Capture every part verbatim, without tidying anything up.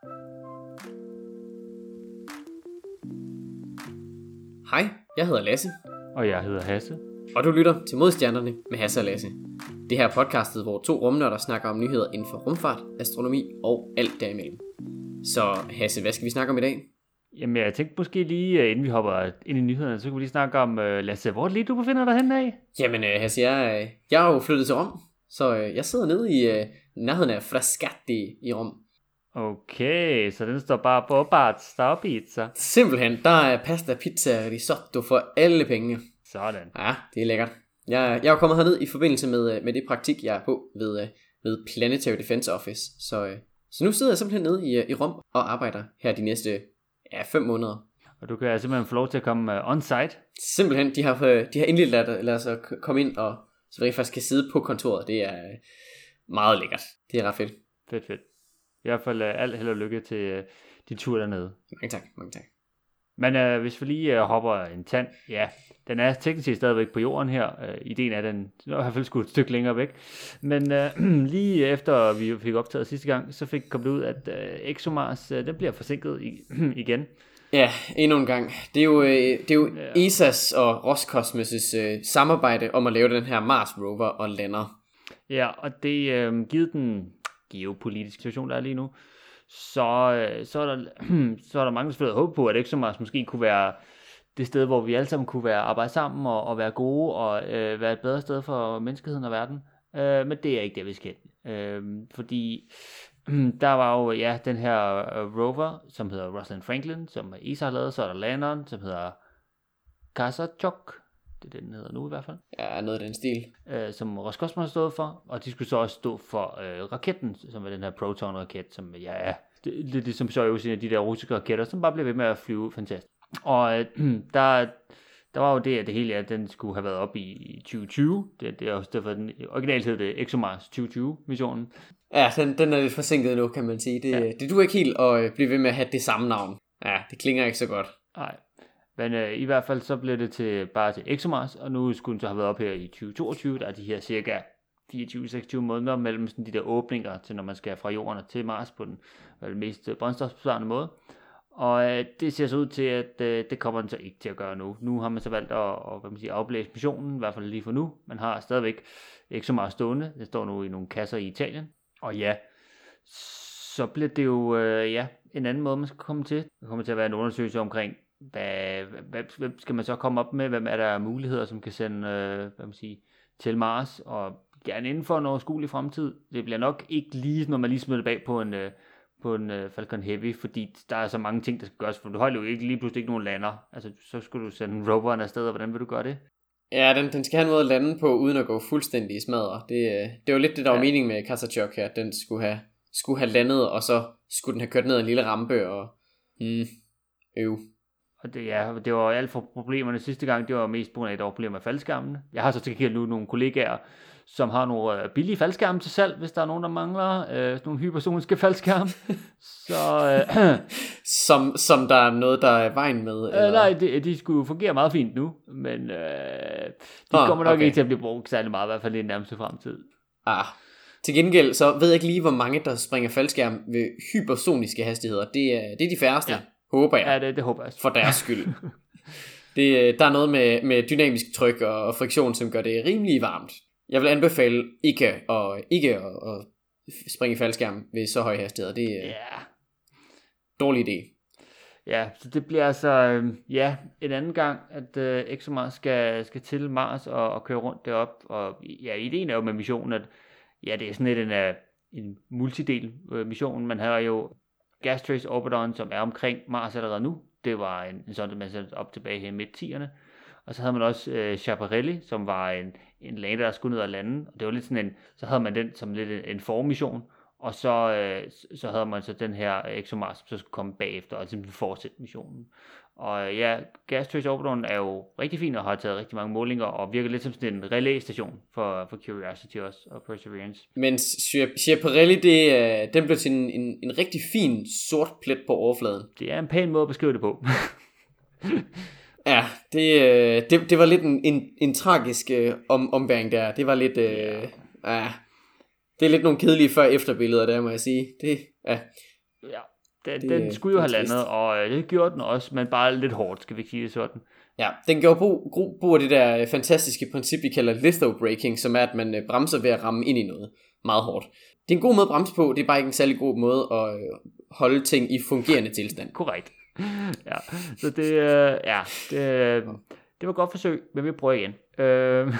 Hej, jeg hedder Lasse. Og jeg hedder Hasse. Og du lytter til Modstjernerne med Hasse og Lasse. Det her er podcastet, hvor to rumnørder snakker om nyheder inden for rumfart, astronomi og alt derimellem. Så Hasse, hvad skal vi snakke om i dag? Jamen jeg tænkte måske lige, inden vi hopper ind i nyhederne, så kan vi lige snakke om, uh, Lasse, hvor er det lige, du befinder dig henne af? Jamen uh, Hasse, jeg, jeg er jo flyttet til Rom, så uh, jeg sidder nede i uh, nærheden af Frascati i Rom. Okay, så den står bare på Barts, der er pizza. Simpelthen, der er pasta, pizza og risotto for alle pengene. Sådan. Ja, det er lækkert. Jeg, jeg er kommet herned i forbindelse med, med det praktik, jeg er på ved, ved Planetary Defense Office. Så, så nu sidder jeg simpelthen nede i, i Rom og arbejder her de næste ja, fem måneder. Og du kan simpelthen få lov til at komme uh, on-site? Simpelthen, de har, de har endelig ladet, ladet os komme ind, og så vi faktisk kan sidde på kontoret. Det er meget lækkert. Det er ret fedt. Fedt, fedt. I hvert fald uh, alt held og lykke til uh, din tur dernede. Mange tak, mange tak. Men uh, hvis vi lige uh, hopper en tand, ja, den er teknisk set stadigvæk på jorden her. Uh, ideen er, at den er i hvert fald skudt et stykke længere væk. Men uh, lige efter vi fik optaget sidste gang, så fik kommet ud, at uh, ExoMars, uh, den bliver forsinket i, igen. Ja, endnu en gang. Det er jo, øh, det er jo ja. E S A's og Roscosmos' øh, samarbejde om at lave den her Mars rover og lander. Ja, og det øh, givet den geopolitiske situation, der er lige nu, så, øh, så, er, der, så er der mange, der selvfølgelig håber på, at ExoMars måske kunne være det sted, hvor vi alle sammen kunne være arbejde sammen og, og være gode og øh, være et bedre sted for menneskeheden og verden. Øh, men det er ikke det, vi skal. Øh, fordi der var jo ja, den her uh, rover, som hedder Rosalind Franklin, som E S A har lavet. Så er der landeren, som hedder Kazachok. Det er den hedder nu i hvert fald. Ja, noget af den stil. Uh, som Roscosmos har stået for. Og de skulle så også stå for uh, raketten, som er den her Proton-raket, som ja, er lidt ligesom Soyuz, en af de der russiske raketter, som bare bliver ved med at flyve fantastisk. Og uh, der, der var jo det, at det hele, at den skulle have været op i, i tyve tyve. Det, det er også derfor, den originalt hed det ExoMars tyve tyve-missionen. Ja, den, den er lidt forsinket nu, kan man sige. Det, ja. det duer ikke helt at blive ved med at have det samme navn. Ja, det klinger ikke så godt. Nej, men øh, i hvert fald så blev det til, bare til ExoMars, og nu skulle den så have været op her i tyve toogtyve. Der er de her cirka fireogtyve til seksogtyve måneder mellem sådan de der åbninger til, når man skal fra jorden til Mars på den vel, mest brændstofbesparende måde. Og øh, det ser så ud til, at øh, det kommer den så ikke til at gøre nu. Nu har man så valgt at, at hvad man siger, afblæse missionen, i hvert fald lige for nu. Man har stadigvæk ExoMars stående. Det står nu i nogle kasser i Italien. Og ja, så bliver det jo øh, ja, en anden måde, man skal komme til. Der kommer til at være en undersøgelse omkring, hvad, hvad, hvad skal man så komme op med? Hvem er der muligheder, som kan sende øh, hvad man siger, til Mars? Og gerne inden for en overskuelig fremtid. Det bliver nok ikke lige, når man lige smider det bag på en, øh, på en øh, Falcon Heavy, fordi der er så mange ting, der skal gøres. For du holder jo ikke lige pludselig ikke nogen lander. Altså, så skulle du sende roveren afsted, og hvordan vil du gøre det? Ja, den, den skal have noget at lande på, uden at gå fuldstændig i smadre. Det, det var lidt det, der var ja. meningen med Kazachok her, at den skulle have, skulle have landet, og så skulle den have kørt ned en lille rampe, og hmm, øv. Og det, ja, det var alt for problemerne sidste gang, det var mest på grund af, at der var problemer med faldskærmene. Jeg har så til nu nogle kollegaer, som har nogle billige faldskærme til salg, hvis der er nogen, der mangler øh, nogle hypersoniske faldskærme. så, øh, som, som der er noget, der er vejen med? Eller? Øh, nej, de, de skulle fungere meget fint nu, men øh, de oh, kommer nok okay. ikke til at blive brugt særlig meget, i hvert fald i den nærmeste fremtid. Ah, til gengæld, så ved jeg ikke lige, hvor mange, der springer faldskærm ved hypersoniske hastigheder. Det er, det er de færreste, ja. håber jeg. Ja, det, det håber jeg. For deres skyld. det, der er noget med, med dynamisk tryk og friktion, som gør det rimelig varmt. Jeg vil anbefale ikke at, ikke at, at springe i faldskærm ved så høje hastigheder. Det er yeah. dårlig idé. Ja, så det bliver altså øh, ja, en anden gang, at øh, ExoMars skal, skal til Mars og, og køre rundt derop. Og ja, ideen er jo med missionen, at ja, det er sådan lidt en, uh, en multidel uh, mission. Man har jo Gas Trace Orbiteren, som er omkring Mars allerede nu. Det var en, en sådan, man satte op tilbage her i midt-tierne. Og så havde man også øh, Schiaparelli, som var en, en lander, der skulle ned og lande. Og det var lidt sådan en, så havde man den som lidt en, en formission. Og så, øh, så havde man så den her ExoMars, som så skulle komme bagefter og simpelthen fortsætte missionen. Og ja, Gas Trace Orbiteren er jo rigtig fin og har taget rigtig mange målinger og virker lidt som sådan en relæstation for, for Curiosity også og Perseverance. Men Schiaparelli, det, den blev til en, en, en rigtig fin sort plet på overfladen. Det er en pæn måde at beskrive det på. Ja, det, det, det var lidt en, en, en tragisk øh, om, omværing der. Det var lidt... Øh, ja. Ja, det er lidt nogle kedelige før-efterbilleder der, må jeg sige. Det, ja. Ja, den, det, den skulle jo have trist. landet, og det gjorde den også, men bare lidt hårdt, skal vi ikke sige det sådan. Ja, den gjorde brug, brug, brug af det der fantastiske princip, vi kalder lithobraking, som er, at man øh, bremser ved at ramme ind i noget meget hårdt. Det er en god måde at bremse på, det er bare ikke en særlig god måde at øh, holde ting i fungerende tilstand. Korrekt. Ja, så det, øh, ja, det, øh, det var et godt forsøg, men vi prøver igen. Øh,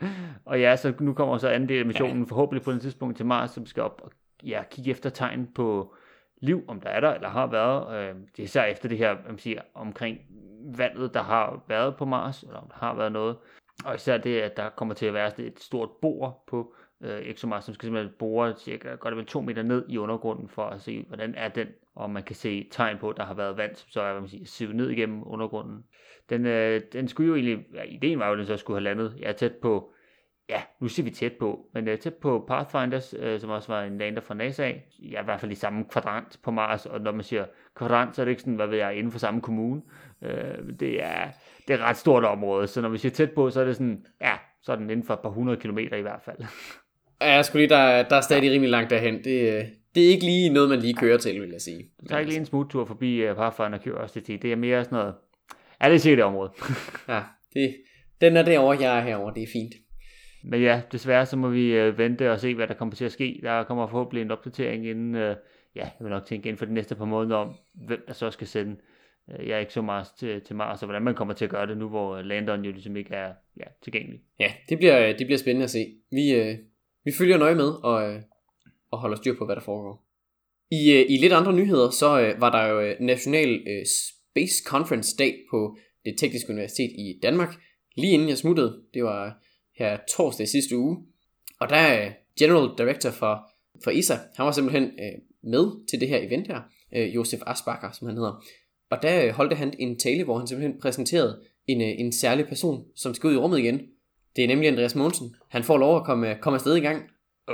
og ja, så nu kommer så anden del af missionen, ja. Forhåbentlig på et tidspunkt til Mars, som skal op og ja, kigge efter tegn på liv, om der er der, eller har været. Øh, det er især efter det her, man siger, omkring vandet, der har været på Mars, eller om der har været noget. Og især det, at der kommer til at være et stort bor på øh, ExoMars, som skal simpelthen bore cirka godt vel to meter ned i undergrunden, for at se, hvordan er den, og man kan se tegn på, at der har været vand, som så er, hvad man siger, sivet ned igennem undergrunden. Den, øh, den skulle jo egentlig, ja, ideen var jo, at den så skulle have landet, ja, tæt på, ja, nu siger vi tæt på, men øh, tæt på Pathfinders, øh, som også var en lander fra NASA, ja, i hvert fald i samme kvadrant på Mars, og når man siger kvadrant, så er det ikke sådan, hvad ved jeg, inden for samme kommune. Øh, det, er, det er et ret stort område, så når vi siger tæt på, så er det sådan, ja, så er den inden for et par hundrede kilometer i hvert fald. Ja, jeg skulle lige, der, der er stadig rimelig langt derhen. Det, det er ikke lige noget, man lige kører til, vil jeg sige. Du tager ikke lige en smuttur forbi uh, Pathfinder Curiosity, det er mere sådan noget, ja, det er sikkert det område. Ja, det, den er derovre, jeg er herovre, det er fint. Men ja, desværre så må vi uh, vente og se, hvad der kommer til at ske. Der kommer forhåbentlig en opdatering inden, uh, ja, jeg vil nok tænke inden for de næste par måneder om, hvem der så skal sende uh, ja, ExoMars til, til Mars, og hvordan man kommer til at gøre det nu, hvor landeren jo ligesom ikke er ja, tilgængelig. Ja, det bliver, det bliver spændende at se. Vi, uh, vi følger nøje med og, uh, og holder styr på, hvad der foregår. I, uh, i lidt andre nyheder, så uh, var der jo uh, National uh, Space Conference dag på det tekniske universitet i Danmark, lige inden jeg smuttede. Det var her torsdag sidste uge. Og der er General Director for, for E S A, han var simpelthen øh, med til det her event her, øh, Josef Asbacher, som han hedder. Og der øh, holdte han en tale, hvor han simpelthen præsenterede en, øh, en særlig person, som skal ud i rummet igen. Det er nemlig Andreas Mogensen. Han får lov at komme, komme afsted i gang.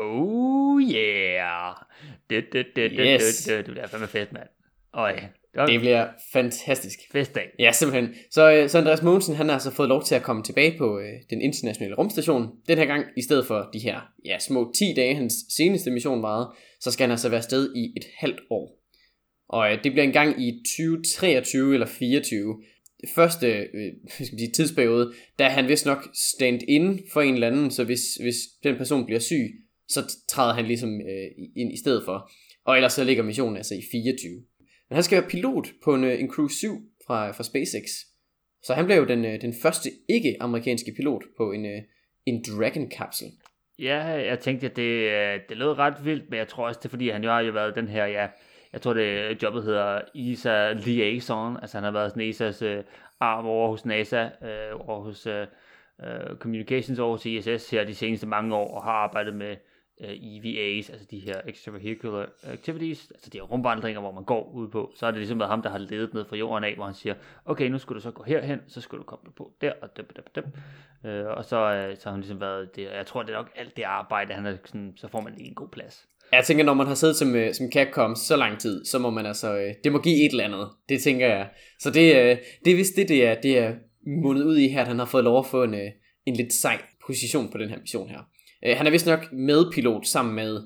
Oh yeah! Det, det, det, det, yes. det, det, det bliver fandme fedt, mand. Øj. Det bliver fantastisk. Festdag. Ja, simpelthen. Så, så Andreas Mogensen, han har altså fået lov til at komme tilbage på øh, den internationale rumstation. Den her gang, i stedet for de her ja, små ti dage, hans seneste mission varede, så skal han altså være afsted i et halvt år. Og øh, det bliver en gang i tyve treogtyve eller fireogtyve. Første øh, skal sige, tidsperiode, der er han vist nok stand in for en eller anden, så hvis, hvis den person bliver syg, så træder han ligesom øh, ind i stedet for. Og ellers så ligger missionen altså i fireogtyve. Men han skal være pilot på en, en Crew syv fra, fra SpaceX. Så han blev jo den, den første ikke-amerikanske pilot på en, en Dragon-kapsel. Ja, jeg tænkte, at det, det lød ret vildt, men jeg tror også, det er fordi, han jo har jo været den her, ja, jeg tror det jobbet hedder E S A Liaison, altså han har været sådan E S A's uh, arm over hos NASA, uh, over hos uh, uh, Communications over hos I S S her de seneste mange år, og har arbejdet med E V A's, altså de her extravehicular activities, altså de her rumvandringer, hvor man går ud på. Så er det ligesom været ham, der har ledet ned fra jorden af, hvor han siger, okay, nu skal du så gå herhen, så skal du koble på der, og dem, dem, dem. Øh, og så, øh, så har han ligesom været det, jeg tror, det er nok alt det arbejde, han er sådan, så får man lige en god plads. Jeg tænker, når man har siddet som, som Capcom så lang tid, så må man altså, det må give et eller andet, det tænker jeg. Så det, det er vist det, det er, det er mundet ud i her, at han har fået lov at få en, en lidt sej position på den her mission her. Han er vist nok medpilot sammen med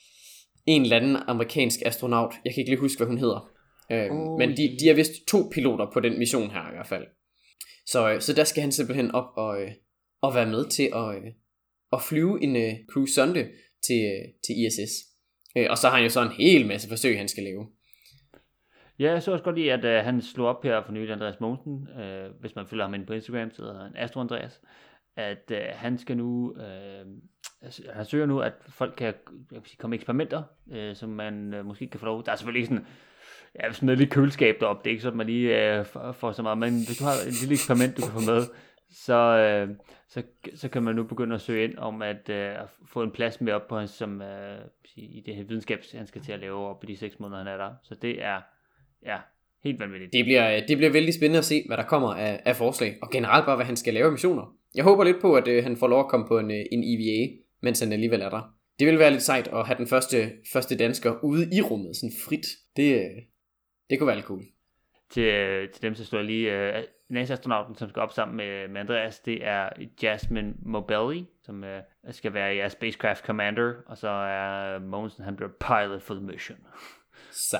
en eller anden amerikansk astronaut. Jeg kan ikke lige huske, hvad hun hedder. Oh, men de, de er vist to piloter på den mission her i hvert fald. Så, så der skal han simpelthen op og, og være med til at, at flyve en uh, Crew sonde til, til I S S. Og så har han jo så en hel masse forsøg, han skal lave. Ja, jeg så også godt lide, at uh, han slog op her for nylig, Andreas Mogensen. Uh, hvis man følger ham inde på Instagram, så hedder han Astro Andreas. At uh, han skal nu, uh, han søger nu, at folk kan, jeg kan sige, komme eksperimenter, uh, som man uh, måske kan få lov. Der er selvfølgelig ikke sådan, ja, smide lidt køleskab derop, det er ikke sådan, at man lige uh, får, får så meget, men hvis du har et lille eksperiment, du kan få med, så, uh, så, så kan man nu begynde at søge ind om at uh, få en plads med op på hans, som uh, i det her videnskab, han skal til at lave op i de seks måneder, han er der. Så det er, ja, helt vanvittigt. Det bliver, det bliver vældig spændende at se, hvad der kommer af, af forslag, og generelt bare, hvad han skal lave af missioner. Jeg håber lidt på, at øh, han får lov at komme på en, en E V A, mens han alligevel er der. Det vil være lidt sejt at have den første, første dansker ude i rummet, sådan frit. Det, det kunne være lidt cool. Til, til dem, så står lige uh, NASA-astronauten, som skal op sammen med, med Andreas, det er Jasmine Mobelli, som uh, skal være ja, Spacecraft Commander, og så er Mogensen, han bliver pilot for the mission. Sejt.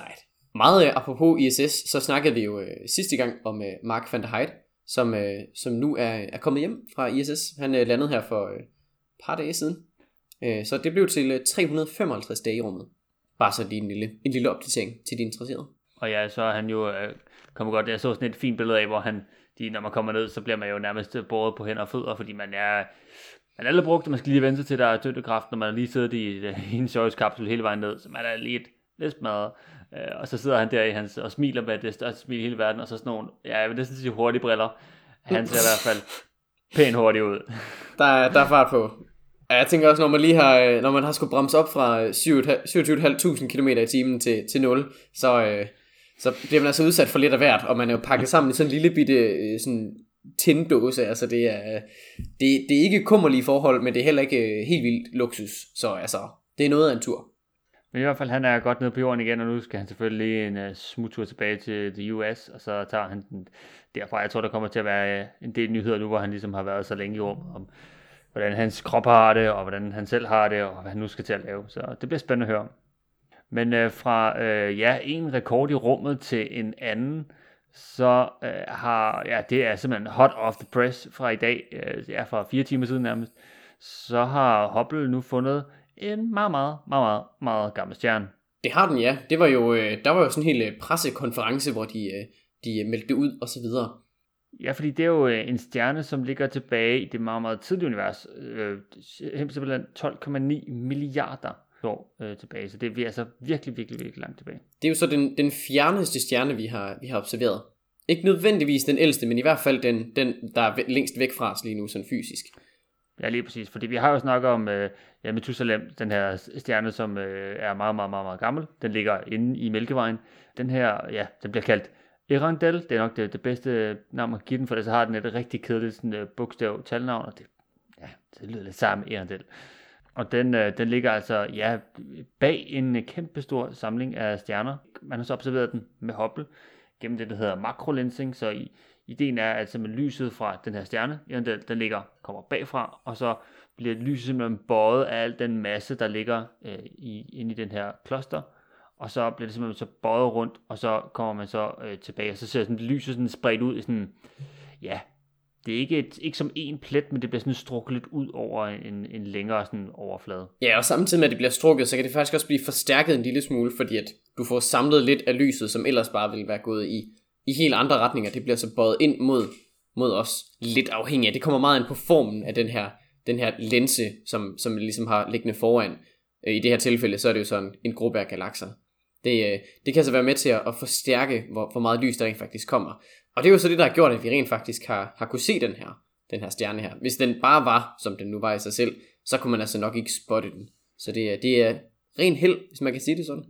Meget øh, apropos I S S, så snakkede vi jo øh, sidste gang om øh, Mark van der Heijden, som, øh, som nu er, er kommet hjem fra I S S. Han øh, landede her for øh, et par dage siden. Øh, så det blev til øh, tre hundrede og femoghalvtreds dage i rummet. Bare så lige en lille, en lille opdatering til de interesserede. Og ja, så er han jo øh, kommet godt. Jeg så sådan et fint billede af, hvor han, de, når man kommer ned, så bliver man jo nærmest båret på hænder og fødder, fordi man er, man er lidt brugt, og man skal lige vente sig til, der er tyngdekraft, når man har lige siddet i, i en Soyuz-kapsel hele vejen ned, så man er lige lidt smadret. Øh, og så sidder han der i hans, og smiler med det største smil i hele verden, og så sådan nogle, ja, jeg vil næsten sige hurtige briller. Han ser i hvert fald pænt hurtigt ud. Der er, der er fart på. Ja, jeg tænker også, når man lige har, når man har skulle bremse op fra syvogtyve tusind fem hundrede kilometer i timen til, til nul, så, øh, så bliver man altså udsat for lidt af hvert, og man er jo pakket sammen i sådan en lille bitte sådan tindåse. Altså det er, det, det er ikke kummerlige forhold, men det er heller ikke helt vildt luksus. Så altså, det er noget af en tur. Men i hvert fald, han er godt nede på jorden igen, og nu skal han selvfølgelig lige en uh, smuttur tilbage til the U S, og så tager han den derfra. Jeg tror, der kommer til at være uh, en del nyheder nu, hvor han ligesom har været så længe i rummet, om hvordan hans krop har det, og hvordan han selv har det, og hvad han nu skal til at lave. Så det bliver spændende at høre om. Men uh, fra uh, ja, en rekord i rummet til en anden, så uh, har, ja, det er simpelthen hot off the press fra i dag, uh, det er fra fire timer siden nærmest, så har Hubble nu fundet en meget, meget, meget, meget, meget gammel stjerne. Det har den, ja. Det var jo, der var jo sådan en hel pressekonference, hvor de, de meldte det ud, og så videre. Ja, fordi det er jo en stjerne, som ligger tilbage i det meget, meget tidlige univers. Øh, simpelthen tolv komma ni milliarder år øh, tilbage. Så det er altså virkelig, virkelig, virkelig langt tilbage. Det er jo så den, den fjerneste stjerne, vi har, vi har observeret. Ikke nødvendigvis den ældste, men i hvert fald den, den der er længst væk fra os lige nu, sådan fysisk. Ja, lige præcis. Fordi vi har jo snakket om øh, ja, Methusalem, den her stjerne, som øh, er meget, meget, meget, meget gammel. Den ligger inde i Mælkevejen. Den her, ja, den bliver kaldt Earendel. Det er nok det, det bedste navn at give den, for det så har den et rigtig kedeligt sådan, øh, bogstav talnavn, og det, ja, det lyder lidt sammen, Earendel. Og den, øh, den ligger altså ja, bag en kæmpe stor samling af stjerner. Man har så observeret den med Hubble gennem det, der hedder makrolensing, så i ideen er, at simpelthen lyset fra den her stjerne, den, den ligger, kommer bagfra, og så bliver lyset simpelthen bøjet af al den masse, der ligger øh, i, inde i den her kloster, og så bliver det simpelthen så bøjet rundt, og så kommer man så øh, tilbage, og så ser sådan, lyset sådan spredt ud i sådan, ja, det er ikke, et, ikke som en plet, men det bliver sådan strukket lidt ud over en, en længere sådan overflade. Ja, og samtidig med, at det bliver strukket, så kan det faktisk også blive forstærket en lille smule, fordi at du får samlet lidt af lyset, som ellers bare ville være gået i i helt andre retninger. Det bliver så bøjet ind mod, mod os, lidt afhængig af. Det kommer meget ind på formen af den her, den her linse, som, som ligesom har liggende foran. I det her tilfælde, så er det jo sådan en gruppe af galakser. Det, det kan så være med til at, at forstærke, hvor, hvor meget lys der rent faktisk kommer. Og det er jo så det, der har gjort, at vi rent faktisk har, har kunne se den her, den her stjerne her. Hvis den bare var, som den nu var i sig selv, så kunne man altså nok ikke spotte den. Så det, det er ren held, hvis man kan sige det sådan.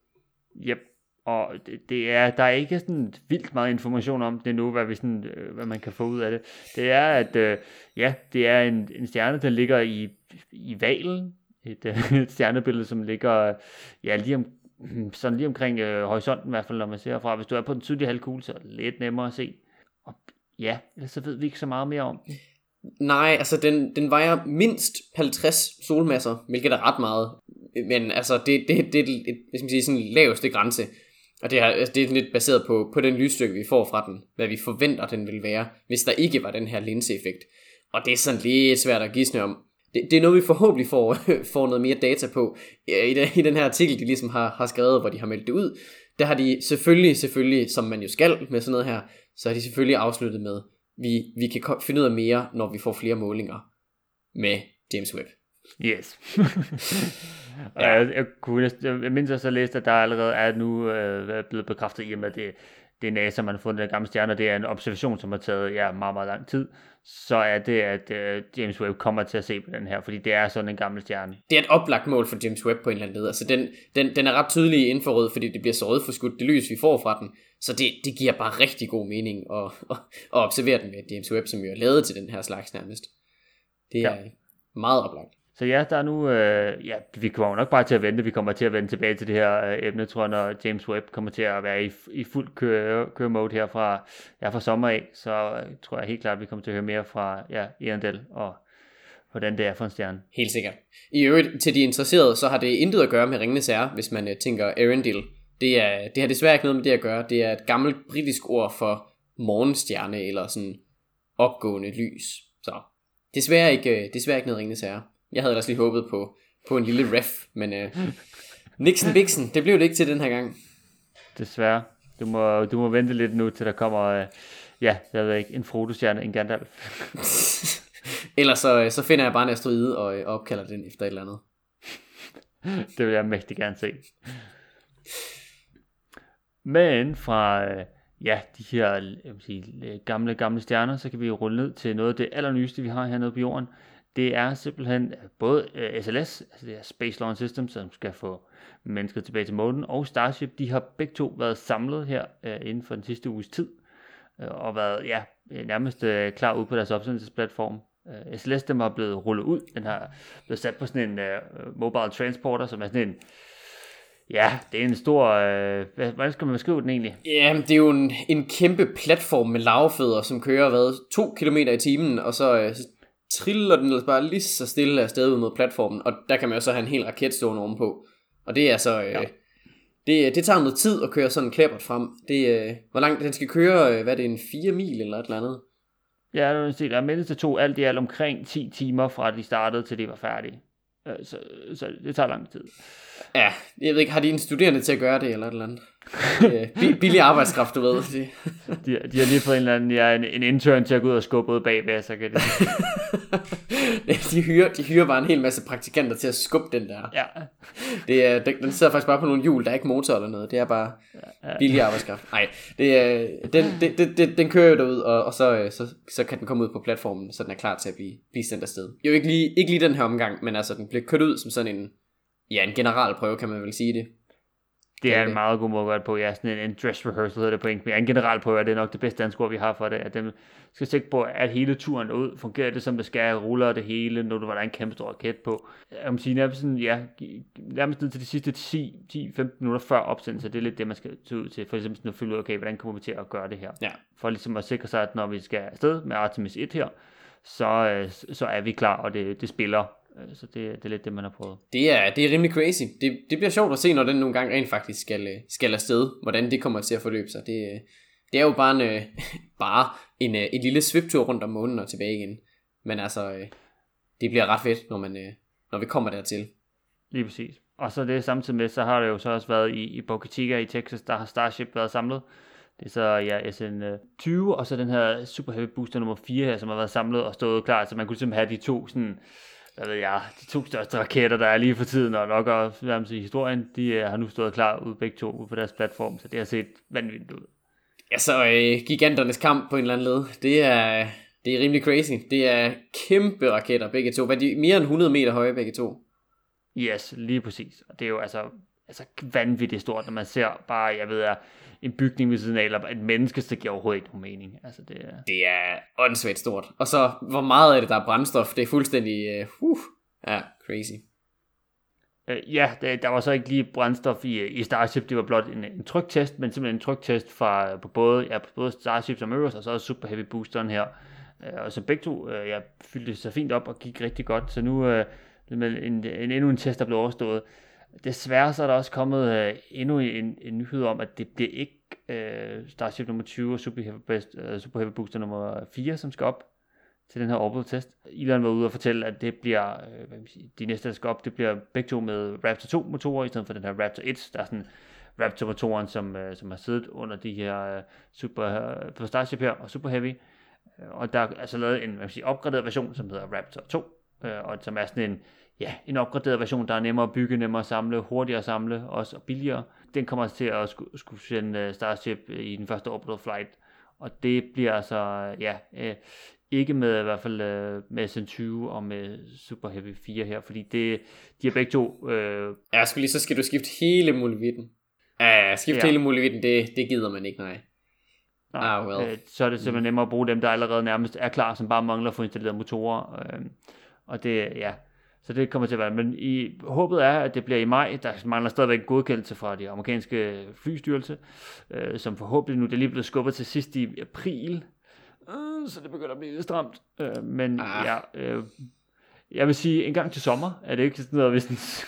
Yep. Og det, det er, der er ikke sådan vildt meget information om det nu, hvad, vi sådan, øh, hvad man kan få ud af det. Det er, at øh, ja, det er en, en stjerne, der ligger i, i Valen. Et, øh, et stjernebillede, som ligger ja, lige, om, sådan lige omkring øh, horisonten, i hvert fald når man ser fra. Hvis du er på den sydlige halvkugle, så er det lidt nemmere at se. Og ja, ellers så ved vi ikke så meget mere om den. Nej, altså den, den vejer mindst halvtreds solmasser, hvilket er ret meget. Men altså, det, det, det er et, hvad skal man sige, sådan laveste grænse. Og det er, altså, det er lidt baseret på, på den lysstyrke, vi får fra den. Hvad vi forventer, den vil være, hvis der ikke var den her linseeffekt. Og det er sådan lidt svært at gisne om. Det, det er noget, vi forhåbentlig får, får noget mere data på. I, den, I den her artikel, de ligesom har, har skrevet, hvor de har meldt det ud, der har de selvfølgelig, selvfølgelig, som man jo skal med sådan noget her, så har de selvfølgelig afsluttet med, vi, vi kan finde ud af mere, når vi får flere målinger med James Webb. Yes. Ja. jeg, jeg, kunne, jeg mindst også læst, at der allerede er nu øh, blevet bekræftet i, at det, det er NASA, man har fundet den gamle stjerne, og det er en observation, som har taget ja, meget, meget lang tid, så er det, at øh, James Webb kommer til at se på den her, fordi det er sådan en gammel stjerne. Det er et oplagt mål for James Webb på en eller anden led. Altså den, den, den er ret tydelig i infrarød, fordi det bliver så rødforskudt det lys, vi får fra den, så det, det giver bare rigtig god mening at, at, at observere den med James Webb, som jo er lavet til den her slags nærmest. Det er ja. meget oplagt. Så ja, der er nu, øh, ja, vi kommer nok bare til at vente, vi kommer til at vende tilbage til det her øh, emne, tror jeg, når James Webb kommer til at være i, i fuld køre, køremode her fra, ja, fra sommer af, så øh, tror jeg helt klart, at vi kommer til at høre mere fra ja, Earendel og hvordan det er for en stjerne. Helt sikkert. I øvrigt, til de interesserede, så har det intet at gøre med Ringenes Herre, hvis man øh, tænker Earendel, Det, er, det har desværre ikke noget med det at gøre. Det er et gammelt britisk ord for morgenstjerne, eller sådan opgående lys. Så desværre ikke, desværre ikke noget Ringenes Herre. Jeg havde ellers lige håbet på, på en lille ref, men øh, Nixon Bixen, det blev det ikke til den her gang. Desværre. Du må, du må vente lidt nu, til der kommer, øh, ja, jeg ved ikke, en Frodo-stjerne, en Gandalf. Ellers så, så finder jeg bare en asteroide og, og opkalder den efter et eller andet. Det vil jeg mægtig gerne se. Men fra øh, ja, de her jeg vil sige, gamle, gamle stjerner, så kan vi rulle ned til noget af det allernyeste, vi har hernede på jorden. Det er simpelthen både øh, S L S, altså det er Space Launch System, som skal få mennesker tilbage til månen, og Starship, de har begge to været samlet her øh, inden for den sidste uges tid, øh, og været ja, nærmest øh, klar ud på deres opsendelsesplatform. Øh, S L S, dem har blevet rullet ud, den har blevet sat på sådan en øh, mobile transporter, som er sådan en, ja, det er en stor, øh, hvordan skal man beskrive den egentlig? Ja, det er jo en, en kæmpe platform med lavfødder, som kører, hvad, to kilometer i timen, og så, øh, så triller den bare lige så stille afsted ud mod platformen, og der kan man jo så have en hel raket stående ovenpå. Og det er så, øh, ja. det, det tager noget tid at køre sådan en klæbert frem. Det, øh, hvor langt den skal køre, øh, hvad er det, en fire mil eller et eller andet? Ja, det er set, der mindst det tog alt i alt omkring ti timer fra de startede til de var færdige. Så, så det tager lang tid. Ja, jeg ved ikke, har de en studerende til at gøre det eller et eller andet? øh, billig arbejdskraft, du ved. De, de, de har lige fået en eller anden, ja, en, en intern til at gå ud og skubbe ud bagved, så kan det. de, hyrer, de hyrer bare en hel masse praktikanter til at skubbe den der. Ja. Det er, den sidder faktisk bare på nogle hjul, der er ikke motor eller noget. Det er bare billig arbejdskraft. Nej, det er, den, det, det, det, den kører jo derud, og, og så, så, så kan den komme ud på platformen, så den er klar til at blive, blive sendt afsted. Jo, ikke lige, ikke lige den her omgang, men altså den bliver kørt ud som sådan en, ja, en generalprøve, kan man vel sige det. Det er en meget god måde at gøre det på. Ja, sådan en, en dress rehearsal hedder det på engelsk. Men en generalprøve, det er nok det bedste danske ord, vi har for det. At dem skal sikre på, at hele turen ud fungerer det, som det skal. Ruller det hele, når du var der en kæmpe stor raket på. Jeg må sige, nærmest sådan, ja, nærmest ned til de sidste ti til femten minutter før opsendelse. Det er lidt det, man skal tage ud til. For eksempel sådan at følge ud, okay, hvordan kommer vi til at gøre det her? Ja. For ligesom at sikre sig, at når vi skal afsted med Artemis et her, så, så er vi klar, og det, det spiller. Så det, det er lidt det, man har prøvet. Det er, det er rimelig crazy. Det, det bliver sjovt at se, når den nogle gange rent faktisk skal, skal afsted. Hvordan det kommer til at forløbe sig. Det, det er jo bare en, bare en, en lille sviptur rundt om månen og tilbage igen. Men altså, det bliver ret fedt, når, man, når vi kommer dertil. Lige præcis. Og så det samtidig med, så har det jo så også været i, i Boca Chica i Texas, der har Starship været samlet. Det er så ja, S N tyve, og så den her Super Heavy Booster nummer fire her, som har været samlet og stået klar. Så man kunne simpelthen have de to sådan, hvad ved jeg, de to største raketter, der er lige for tiden, og nok også i historien, de har nu stået klar ude begge to ude på deres platform, så det har set vanvittigt ud. Ja, så øh, giganternes kamp på en eller anden led, det er, det er rimelig crazy. Det er kæmpe raketter begge to. Hvad er de mere end hundrede meter høje begge to? Yes, lige præcis. Og det er jo altså, altså vanvittigt stort, når man ser bare, jeg ved, at en bygning ved siden af, eller et menneske, så giver overhovedet ikke nogen mening. Altså, det, er... det er åndssvagt stort. Og så, hvor meget af det, der er brændstof, det er fuldstændig, uh, uh, ja, crazy. Uh, ja, det, der var så ikke lige brændstof i, i Starship, det var blot en, en tryktest, men simpelthen en tryktest fra, på, både, ja, på både Starship som Eurus, og så også Super Heavy Boosteren her. Uh, og så begge to, uh, jeg fyldte sig fint op og gik rigtig godt, så nu uh, en, en, en, endnu en test, der blev overstået. Desværre så er der også kommet øh, endnu en, en nyhed om, at det bliver ikke øh, Starship nummer tyve og Super Heavy, Best, øh, Super Heavy Booster nummer fire, som skal op til den her orbital-test. Elon var ude og fortælle, at det bliver, øh, hvad man sige, de næste, der skal op, det bliver begge to med Raptor to motorer, i stedet for den her Raptor et. Der er sådan Raptor-motoren, som, øh, som har siddet under de her øh, Super, øh, på Starship her, og Super Heavy. Og der er altså lavet en, hvad man siger, opgraderet version, som hedder Raptor to, øh, og som er sådan en, ja, en opgraderet version, der er nemmere at bygge, nemmere at samle, hurtigere at samle, også og billigere. Den kommer til at skulle, skulle sende Starship i den første orbital flight, og det bliver altså, ja, øh, ikke med i hvert fald øh, med S N tyve og med Super Heavy fire her, fordi det, de er begge to... Øh... Ja, jeg skulle lige, så skal du skifte hele muligheden. Ja, skifte ja. hele muligheden, det, det gider man ikke, nej. nej ah, well. øh, så er det simpelthen nemmere at bruge dem, der allerede nærmest er klar, som bare mangler at få installeret motorer, øh, og det, ja... Så det kommer til at være, men i, håbet er, at det bliver i maj. Der mangler stadigvæk godkendelse fra de amerikanske flystyrelse, øh, som forhåbentlig nu, det er lige blevet skubbet til sidst i april, øh, så det begynder at blive lidt stramt. Øh, men ah. ja, øh, jeg vil sige, en gang til sommer, er det ikke sådan noget, hvis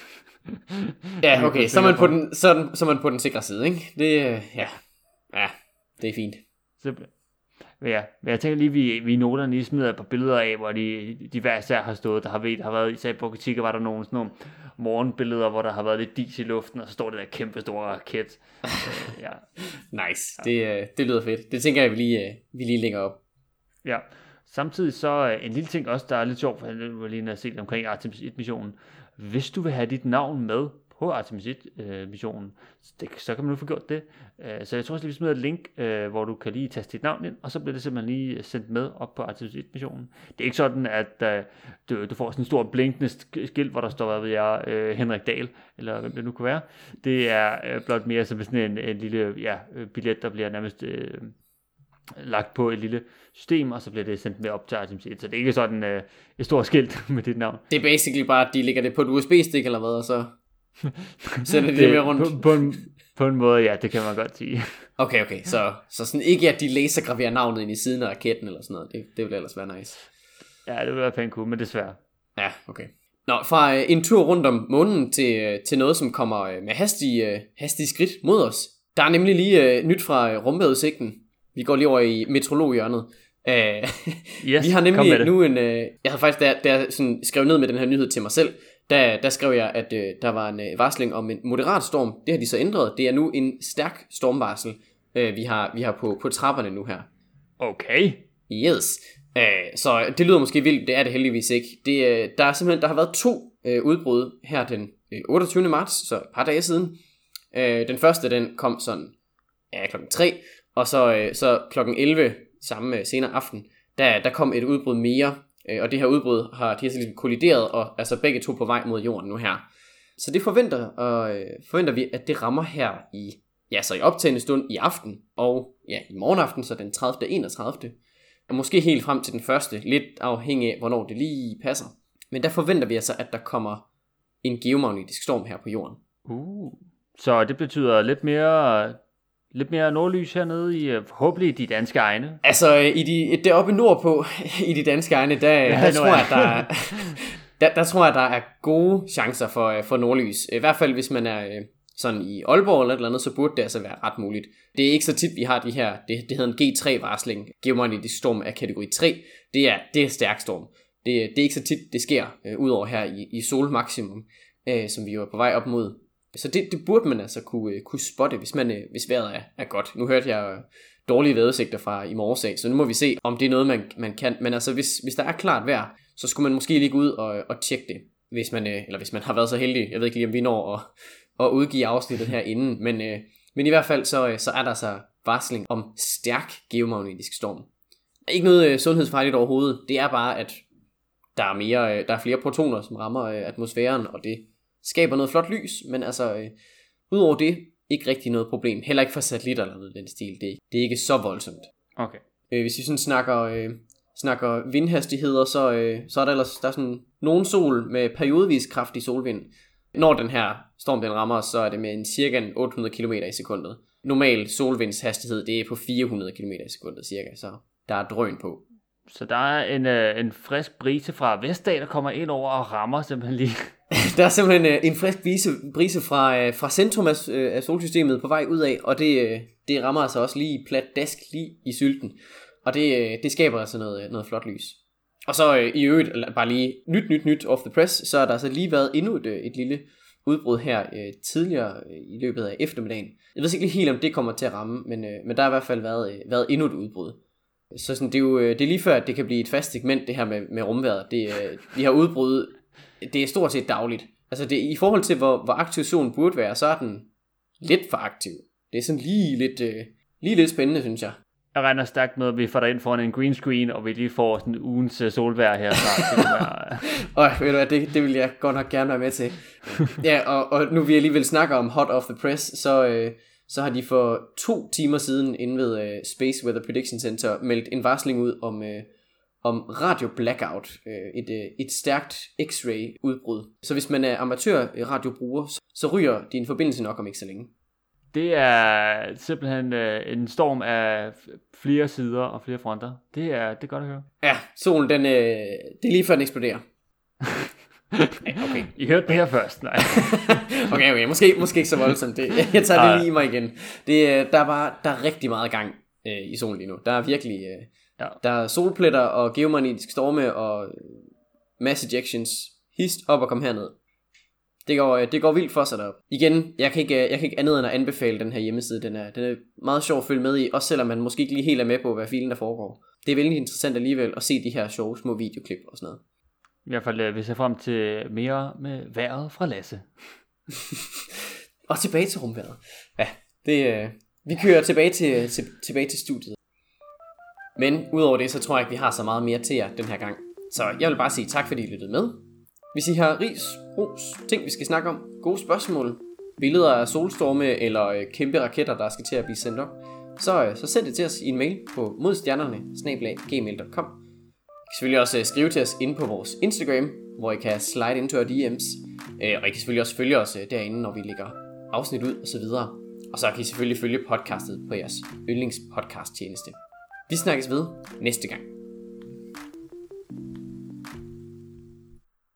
Ja, okay, så er man på den, så er den, så er man på den sikre side, ikke? Det, ja, ja, det er fint. Simpelthen. Ja, men jeg tænker lige, vi, vi i noterne lige smider et par billeder af, hvor de, de hver især har stået. Der har, været, der har været, især på butikker, var der nogle sådan nogle morgenbilleder, hvor der har været lidt dis i luften, og så står det der kæmpe store raket. uh, ja. Nice, ja. det, det lyder fedt. Det tænker jeg, vi lige, vi lige lægger op. Ja, samtidig så en lille ting også, der er lidt sjovt, for jeg lige har set omkring Artemis et-missionen. Hvis du vil have dit navn med på Artemis et-missionen, så kan man nu få gjort det. Så jeg tror også lige, vi smider et link, hvor du kan lige taste dit navn ind, og så bliver det simpelthen lige sendt med op på Artemis et-missionen. Det er ikke sådan, at du, du får sådan en stor blinkende skilt, hvor der står, hvad ved jeg, Henrik Dahl, eller hvem det nu kunne være. Det er blot mere som sådan en, en lille ja, billet, der bliver nærmest øh, lagt på et lille system, og så bliver det sendt med op til Artemis et. Så det er ikke sådan øh, et stort skilt med dit navn. Det er basically bare, at de lægger det på et U S B-stik eller hvad, og så sender de det, det mere rundt. På, på, en, på en måde, ja, det kan man godt sige. Okay, okay, så, så sådan ikke, at de lasergraverer navnet ind i siden af raketten eller sådan noget. Det, det ville ellers være nice. Ja, det ville være pænt cool, men desværre. Ja, okay. Nå, fra øh, en tur rundt om månen til, øh, til noget, som kommer øh, med hastige, øh, hastige skridt mod os. Der er nemlig lige øh, nyt fra øh, rumværeudsigten. Vi går lige over i meteorologhjørnet. Uh, yes, vi har nemlig nu en... Uh, jeg havde faktisk, da, da jeg sådan skrev ned med den her nyhed til mig selv, der, der skrev jeg, at uh, der var en uh, varsling om en moderat storm. Det har de så ændret. Det er nu en stærk stormvarsel, uh, vi har, vi har på, på trapperne nu her. Okay. Yes. Uh, så det lyder måske vildt, det er det heldigvis ikke. Det, uh, der er simpelthen, der har været to uh, udbrud her den uh, otteogtyvende marts, så et par dage siden. Uh, den første, den kom sådan ja, klokken tre, og så, uh, så klokken elleve samme senere aften, der, der kom et udbrud mere, øh, og det her udbrud har de har så ligesom kollideret, og altså begge to på vej mod jorden nu her. Så det forventer, og, øh, forventer vi, at det rammer her i, ja, så i optagende stund i aften, og ja, i morgenaften, så den tredivte og enogtredivte Og måske helt frem til den første, lidt afhængig af, hvornår det lige passer. Men der forventer vi altså, at der kommer en geomagnetisk storm her på jorden. Uh. Så det betyder lidt mere... Lidt mere nordlys hernede i, forhåbentlig i de danske egne. Altså, i de, deroppe nordpå, i de danske egne, der, ja, der, tror jeg, der, er, der, der tror jeg, der er gode chancer for, for nordlys. I hvert fald, hvis man er sådan i Aalborg eller et eller andet, så burde det altså være ret muligt. Det er ikke så tit, vi har de her, det, det hedder en G tre varsling, geomagnetisk storm af kategori tre. Det er, det er stærk storm. Det, det er ikke så tit, det sker, øh, udover her i, i solmaksimum, øh, som vi jo er på vej op mod. Så det, det burde man altså kunne, kunne spotte, hvis, man, hvis vejret er, er godt. Nu hørte jeg dårlige vejrudsigter fra i morges af, så nu må vi se, om det er noget, man, man kan. Men altså, hvis, hvis der er klart vejr, så skulle man måske lige gå ud og, og tjekke det, hvis man, eller hvis man har været så heldig. Jeg ved ikke lige, om vi når at, at udgive afsnittet her inden, men, men i hvert fald så, så er der så varsling om stærk geomagnetisk storm. Ikke noget sundhedsfarligt overhovedet, det er bare, at der er, mere, der er flere protoner, som rammer atmosfæren, og det skaber noget flot lys, men altså, øh, udover det, ikke rigtig noget problem. Heller ikke for satellitter eller noget den stil. Det, det er ikke så voldsomt. Okay. Øh, hvis vi sådan snakker, øh, snakker vindhastigheder, så, øh, så er der ellers der er sådan nogen sol med periodevis kraftig solvind. Når den her storm den rammer, så er det med en cirka otte hundrede kilometer i sekundet. Normal solvindshastighed, det er på fire hundrede kilometer i sekundet cirka, så der er drøn på. Så der er en, øh, en frisk brise fra Vestdag, der kommer ind over og rammer simpelthen lige. Der er simpelthen øh, en frisk brise, brise fra, øh, fra centrum af, øh, af solsystemet på vej ud af, og det, øh, det rammer altså også lige plat dask lige i sylten. Og det, øh, det skaber altså noget, noget flot lys. Og så øh, i øvrigt, bare lige nyt, nyt, nyt off the press, så har der altså lige været endnu et, et lille udbrud her øh, tidligere øh, i løbet af eftermiddagen. Jeg ved ikke lige helt, om det kommer til at ramme, men, øh, men der har i hvert fald været, øh, været endnu et udbrud. Så sådan, det, er jo, det er lige før, at det kan blive et fast segment, det her med, med rumvejret. Det, øh, de her udbrud, det er stort set dagligt. Altså det, i forhold til, hvor, hvor aktiv solen burde være, så er den lidt for aktiv. Det er sådan lige lidt, øh, lige lidt spændende, synes jeg. Jeg regner stærkt med, at vi får dig ind foran en green screen, og vi lige får sådan en ugens solvejr her snart. Og ved du hvad, det, det vil jeg godt nok gerne være med til. Ja, og, og nu vi alligevel snakker om hot off the press, så, øh, så har de for to timer siden inde ved øh, Space Weather Prediction Center meldt en varsling ud om, øh, om radio blackout, øh, et, øh, et stærkt X-ray udbrud. Så hvis man er amatør radiobruger, så, så ryger din forbindelse nok om ikke så længe. Det er simpelthen øh, en storm af flere sider og flere fronter. Det er, det er godt at høre. Ja, solen, den, øh, det er lige før den eksploderer. Okay. I hørte det her først, nej. okay, okay, måske, måske ikke så voldsomt. Det, jeg tager det lige i mig igen. Det, der, er bare, der er rigtig meget gang øh, i solen lige nu. Der er virkelig øh, ja. Der er solpletter og geomagnetiske storme og mass ejections. Hist op og kom herned. Det går, det går vildt for sig deroppe. Igen, jeg kan, ikke, jeg kan ikke andet end at anbefale den her hjemmeside. Den er, den er meget sjov at følge med i, også selvom man måske ikke lige helt er med på, hvad filen der foregår. Det er vældig interessant alligevel at se de her sjove små videoklip og sådan noget. I hvert fald, vi ser frem til mere med vejret fra Lasse. Og tilbage til rumværet. Ja, det, vi kører tilbage til, til, tilbage til studiet. Men udover det, så tror jeg ikke, vi har så meget mere til jer den her gang. Så jeg vil bare sige tak, fordi I lyttede med. Hvis I har ris, ros, ting vi skal snakke om, gode spørgsmål, billeder af solstorme eller kæmpe raketter, der skal til at blive sendt op, så, så send det til os i en mail på modstjernerne snabel-a gmail punktum com. I kan selvfølgelig også skrive til os inde på vores Instagram, hvor I kan slide into our D M's. Og I kan selvfølgelig også følge os derinde, når vi lægger afsnit ud og så videre. Og så kan I selvfølgelig følge podcastet på jeres yndlingspodcast tjeneste. Vi snakkes ved næste gang.